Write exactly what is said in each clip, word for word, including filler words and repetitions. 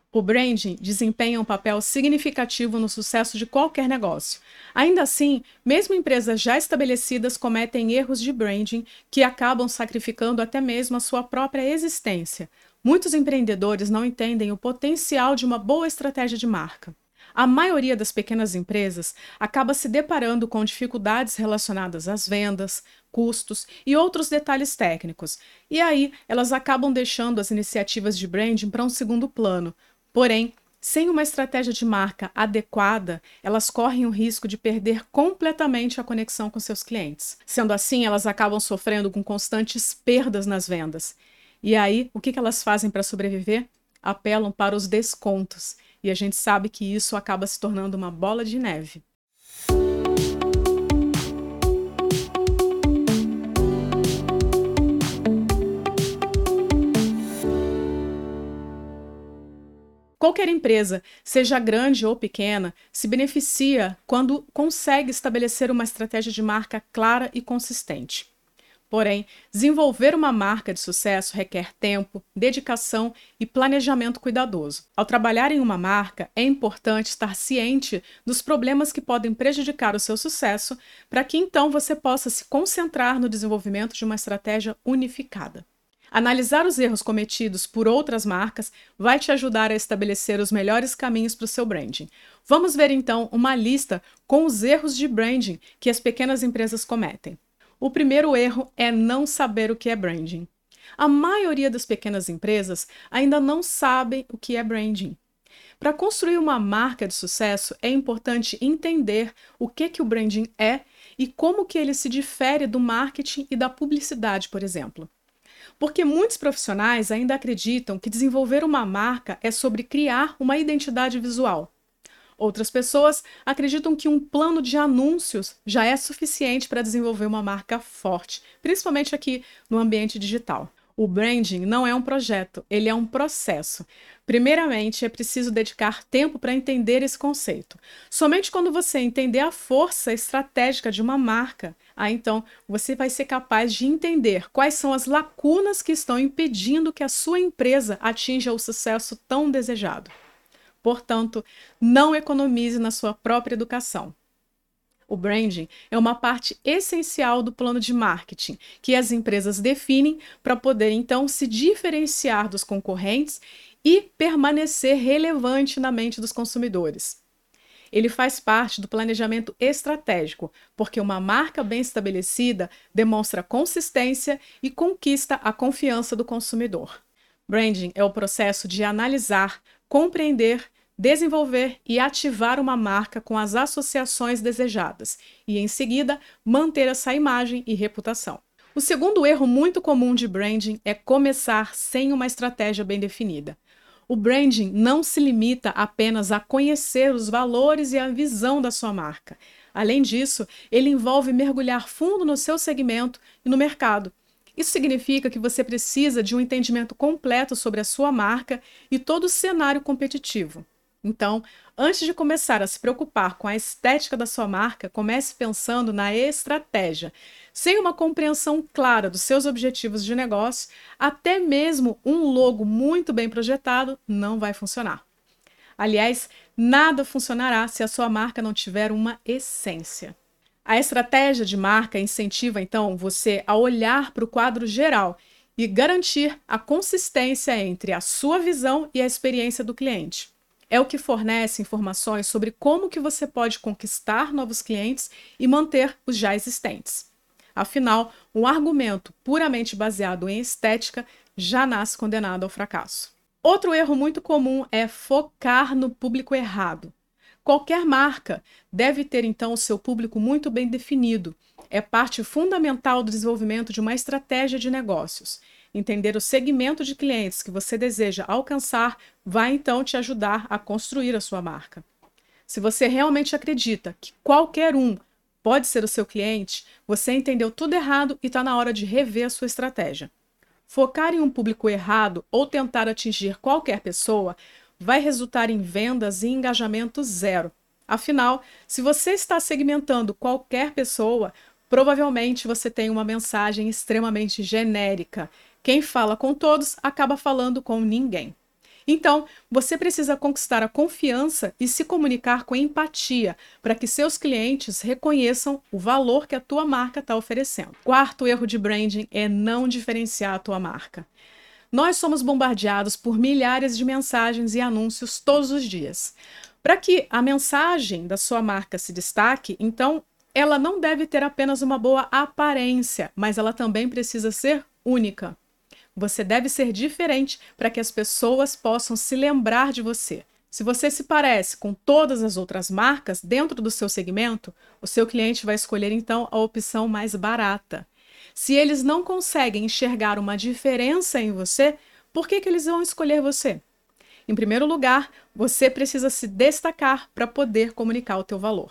O branding desempenha um papel significativo no sucesso de qualquer negócio. Ainda assim, mesmo empresas já estabelecidas cometem erros de branding que acabam sacrificando até mesmo a sua própria existência. Muitos empreendedores não entendem o potencial de uma boa estratégia de marca. A maioria das pequenas empresas acaba se deparando com dificuldades relacionadas às vendas, custos e outros detalhes técnicos, e aí elas acabam deixando as iniciativas de branding para um segundo plano. Porém, sem uma estratégia de marca adequada, elas correm o risco de perder completamente a conexão com seus clientes. Sendo assim, elas acabam sofrendo com constantes perdas nas vendas. E aí, o que que elas fazem para sobreviver? Apelam para os descontos. E a gente sabe que isso acaba se tornando uma bola de neve. Qualquer empresa, seja grande ou pequena, se beneficia quando consegue estabelecer uma estratégia de marca clara e consistente. Porém, desenvolver uma marca de sucesso requer tempo, dedicação e planejamento cuidadoso. Ao trabalhar em uma marca, é importante estar ciente dos problemas que podem prejudicar o seu sucesso, para que então você possa se concentrar no desenvolvimento de uma estratégia unificada. Analisar os erros cometidos por outras marcas vai te ajudar a estabelecer os melhores caminhos para o seu branding. Vamos ver então uma lista com os erros de branding que as pequenas empresas cometem. O primeiro erro é não saber o que é branding. A maioria das pequenas empresas ainda não sabem o que é branding. Para construir uma marca de sucesso, é importante entender o que, que o branding é e como que ele se difere do marketing e da publicidade, por exemplo. Porque muitos profissionais ainda acreditam que desenvolver uma marca é sobre criar uma identidade visual. Outras pessoas acreditam que um plano de anúncios já é suficiente para desenvolver uma marca forte, principalmente aqui no ambiente digital. O branding não é um projeto, ele é um processo. Primeiramente, é preciso dedicar tempo para entender esse conceito. Somente quando você entender a força estratégica de uma marca, aí então você vai ser capaz de entender quais são as lacunas que estão impedindo que a sua empresa atinja o sucesso tão desejado. Portanto, não economize na sua própria educação. O branding é uma parte essencial do plano de marketing que as empresas definem para poder então se diferenciar dos concorrentes e permanecer relevante na mente dos consumidores. Ele faz parte do planejamento estratégico, porque uma marca bem estabelecida demonstra consistência e conquista a confiança do consumidor. Branding é o processo de analisar, compreender, desenvolver e ativar uma marca com as associações desejadas e, em seguida, manter essa imagem e reputação. O segundo erro muito comum de branding é começar sem uma estratégia bem definida. O branding não se limita apenas a conhecer os valores e a visão da sua marca. Além disso, ele envolve mergulhar fundo no seu segmento e no mercado. Isso significa que você precisa de um entendimento completo sobre a sua marca e todo o cenário competitivo. Então, antes de começar a se preocupar com a estética da sua marca, comece pensando na estratégia. Sem uma compreensão clara dos seus objetivos de negócio, até mesmo um logo muito bem projetado não vai funcionar. Aliás, nada funcionará se a sua marca não tiver uma essência. A estratégia de marca incentiva, então, você a olhar para o quadro geral e garantir a consistência entre a sua visão e a experiência do cliente. É o que fornece informações sobre como que você pode conquistar novos clientes e manter os já existentes. Afinal, um argumento puramente baseado em estética já nasce condenado ao fracasso. Outro erro muito comum é focar no público errado. Qualquer marca deve ter, então, o seu público muito bem definido. É parte fundamental do desenvolvimento de uma estratégia de negócios. Entender o segmento de clientes que você deseja alcançar vai, então, te ajudar a construir a sua marca. Se você realmente acredita que qualquer um pode ser o seu cliente, você entendeu tudo errado e está na hora de rever a sua estratégia. Focar em um público errado ou tentar atingir qualquer pessoa vai resultar em vendas e engajamento zero. Afinal, se você está segmentando qualquer pessoa, provavelmente você tem uma mensagem extremamente genérica. Quem fala com todos acaba falando com ninguém. Então, você precisa conquistar a confiança e se comunicar com empatia para que seus clientes reconheçam o valor que a tua marca está oferecendo. Quarto erro de branding é não diferenciar a tua marca. Nós somos bombardeados por milhares de mensagens e anúncios todos os dias. Para que a mensagem da sua marca se destaque, então, ela não deve ter apenas uma boa aparência, mas ela também precisa ser única. Você deve ser diferente para que as pessoas possam se lembrar de você. Se você se parece com todas as outras marcas dentro do seu segmento, o seu cliente vai escolher então a opção mais barata. Se eles não conseguem enxergar uma diferença em você, por que que eles vão escolher você? Em primeiro lugar, você precisa se destacar para poder comunicar o teu valor.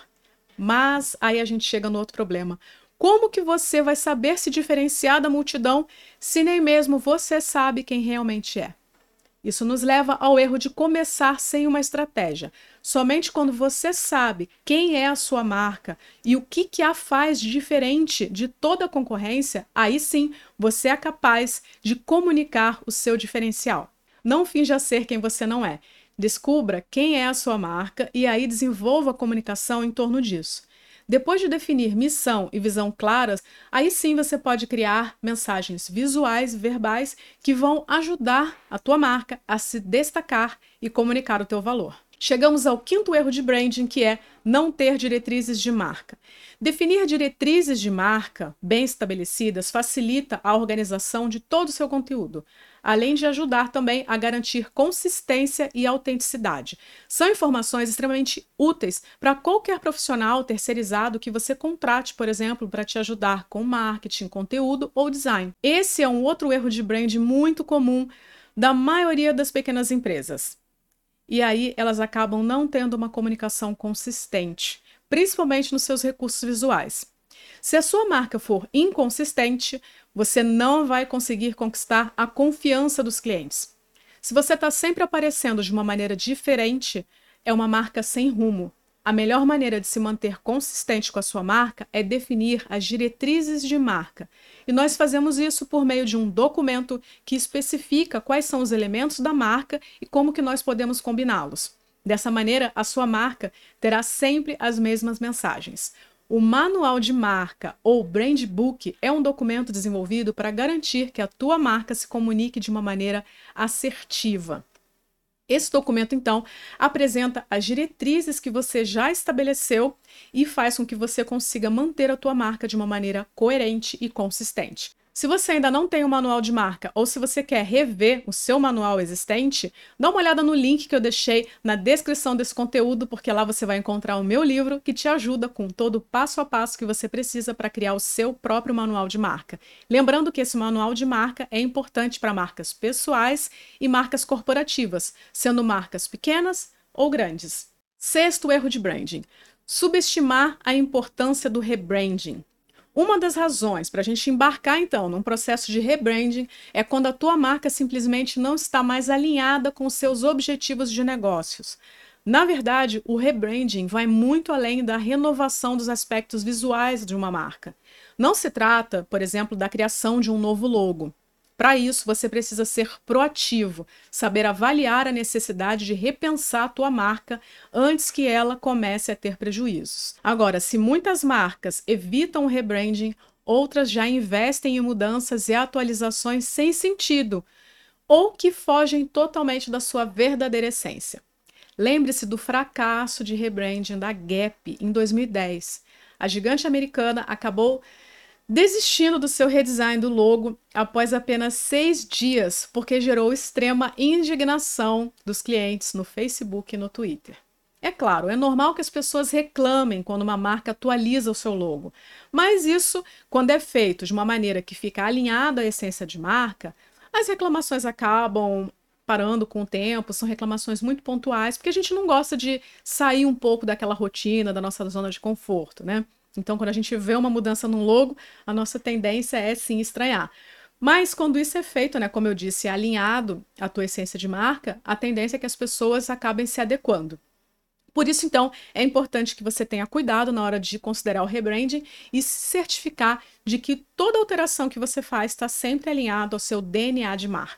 Mas aí a gente chega no outro problema. Como que você vai saber se diferenciar da multidão se nem mesmo você sabe quem realmente é? Isso nos leva ao erro de começar sem uma estratégia. Somente quando você sabe quem é a sua marca e o que, que a faz diferente de toda a concorrência, aí sim você é capaz de comunicar o seu diferencial. Não finja ser quem você não é. Descubra quem é a sua marca e aí desenvolva a comunicação em torno disso. Depois de definir missão e visão claras, aí sim você pode criar mensagens visuais e verbais que vão ajudar a tua marca a se destacar e comunicar o teu valor. Chegamos ao quinto erro de branding, que é não ter diretrizes de marca. Definir diretrizes de marca bem estabelecidas facilita a organização de todo o seu conteúdo, além de ajudar também a garantir consistência e autenticidade. São informações extremamente úteis para qualquer profissional terceirizado que você contrate, por exemplo, para te ajudar com marketing, conteúdo ou design. Esse é um outro erro de branding muito comum da maioria das pequenas empresas. E aí elas acabam não tendo uma comunicação consistente, principalmente nos seus recursos visuais. Se a sua marca for inconsistente, você não vai conseguir conquistar a confiança dos clientes. Se você está sempre aparecendo de uma maneira diferente, é uma marca sem rumo. A melhor maneira de se manter consistente com a sua marca é definir as diretrizes de marca. E nós fazemos isso por meio de um documento que especifica quais são os elementos da marca e como que nós podemos combiná-los. Dessa maneira, a sua marca terá sempre as mesmas mensagens. O Manual de Marca ou Brand Book é um documento desenvolvido para garantir que a tua marca se comunique de uma maneira assertiva. Esse documento, então, apresenta as diretrizes que você já estabeleceu e faz com que você consiga manter a tua marca de uma maneira coerente e consistente. Se você ainda não tem um manual de marca ou se você quer rever o seu manual existente, dá uma olhada no link que eu deixei na descrição desse conteúdo, porque lá você vai encontrar o meu livro que te ajuda com todo o passo a passo que você precisa para criar o seu próprio manual de marca. Lembrando que esse manual de marca é importante para marcas pessoais e marcas corporativas, sendo marcas pequenas ou grandes. Sexto erro de branding: subestimar a importância do rebranding. Uma das razões para a gente embarcar, então, num processo de rebranding é quando a tua marca simplesmente não está mais alinhada com os seus objetivos de negócios. Na verdade, o rebranding vai muito além da renovação dos aspectos visuais de uma marca. Não se trata, por exemplo, da criação de um novo logo. Para isso, você precisa ser proativo, saber avaliar a necessidade de repensar a tua marca antes que ela comece a ter prejuízos. Agora, se muitas marcas evitam o rebranding, outras já investem em mudanças e atualizações sem sentido, ou que fogem totalmente da sua verdadeira essência. Lembre-se do fracasso de rebranding da Gap em dois mil e dez. A gigante americana acabou desistindo do seu redesign do logo após apenas seis dias, porque gerou extrema indignação dos clientes no Facebook e no Twitter. É claro, é normal que as pessoas reclamem quando uma marca atualiza o seu logo, mas isso, quando é feito de uma maneira que fica alinhada à essência de marca, as reclamações acabam parando com o tempo, são reclamações muito pontuais, porque a gente não gosta de sair um pouco daquela rotina, da nossa zona de conforto, né? Então, quando a gente vê uma mudança no logo, a nossa tendência é sim estranhar. Mas quando isso é feito, né, como eu disse, alinhado à tua essência de marca, a tendência é que as pessoas acabem se adequando. Por isso, então, é importante que você tenha cuidado na hora de considerar o rebranding e se certificar de que toda alteração que você faz está sempre alinhado ao seu D N A de marca.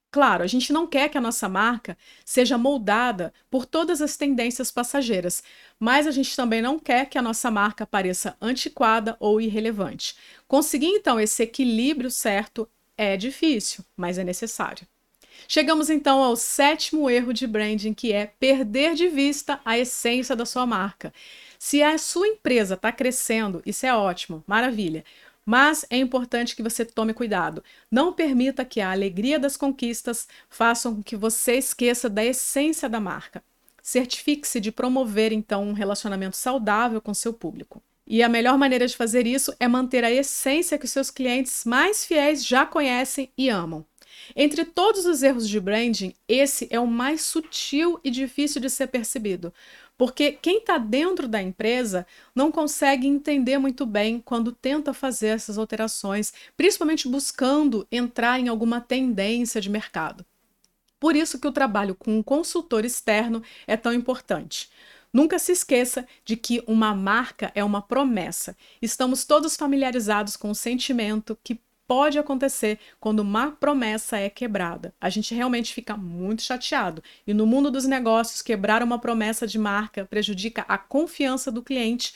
Claro, a gente não quer que a nossa marca seja moldada por todas as tendências passageiras, mas a gente também não quer que a nossa marca pareça antiquada ou irrelevante. Conseguir então esse equilíbrio certo é difícil, mas é necessário. Chegamos então ao sétimo erro de branding, que é perder de vista a essência da sua marca. Se a sua empresa está crescendo, isso é ótimo, maravilha. Mas é importante que você tome cuidado. Não permita que a alegria das conquistas façam com que você esqueça da essência da marca. Certifique-se de promover, então, um relacionamento saudável com seu público. E a melhor maneira de fazer isso é manter a essência que os seus clientes mais fiéis já conhecem e amam. Entre todos os erros de branding, esse é o mais sutil e difícil de ser percebido, porque quem está dentro da empresa não consegue entender muito bem quando tenta fazer essas alterações, principalmente buscando entrar em alguma tendência de mercado. Por isso que o trabalho com um consultor externo é tão importante. Nunca se esqueça de que uma marca é uma promessa. Estamos todos familiarizados com o sentimento que pode acontecer quando uma promessa é quebrada. A gente realmente fica muito chateado. E no mundo dos negócios, quebrar uma promessa de marca prejudica a confiança do cliente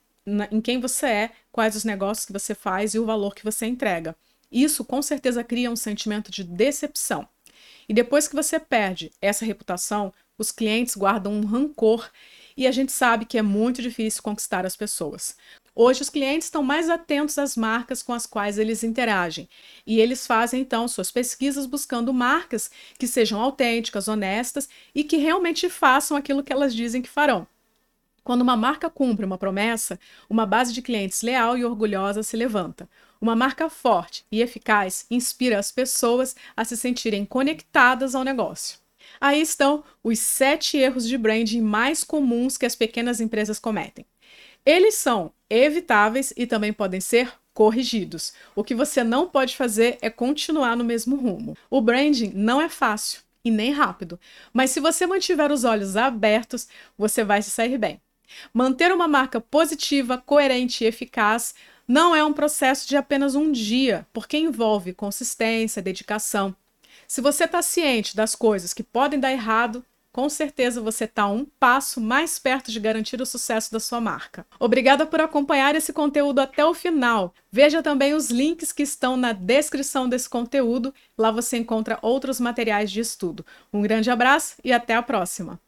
em quem você é, quais os negócios que você faz e o valor que você entrega. Isso com certeza cria um sentimento de decepção. E depois que você perde essa reputação, os clientes guardam um rancor e a gente sabe que é muito difícil conquistar as pessoas. Hoje os clientes estão mais atentos às marcas com as quais eles interagem e eles fazem então suas pesquisas buscando marcas que sejam autênticas, honestas e que realmente façam aquilo que elas dizem que farão. Quando uma marca cumpre uma promessa, uma base de clientes leal e orgulhosa se levanta. Uma marca forte e eficaz inspira as pessoas a se sentirem conectadas ao negócio. Aí estão os sete erros de branding mais comuns que as pequenas empresas cometem. Eles são evitáveis e também podem ser corrigidos. O que você não pode fazer é continuar no mesmo rumo. O branding não é fácil e nem rápido, mas se você mantiver os olhos abertos, você vai se sair bem. Manter uma marca positiva, coerente e eficaz não é um processo de apenas um dia, porque envolve consistência, dedicação. Se você está ciente das coisas que podem dar errado, com certeza você está um passo mais perto de garantir o sucesso da sua marca. Obrigada por acompanhar esse conteúdo até o final. Veja também os links que estão na descrição desse conteúdo. Lá você encontra outros materiais de estudo. Um grande abraço e até a próxima!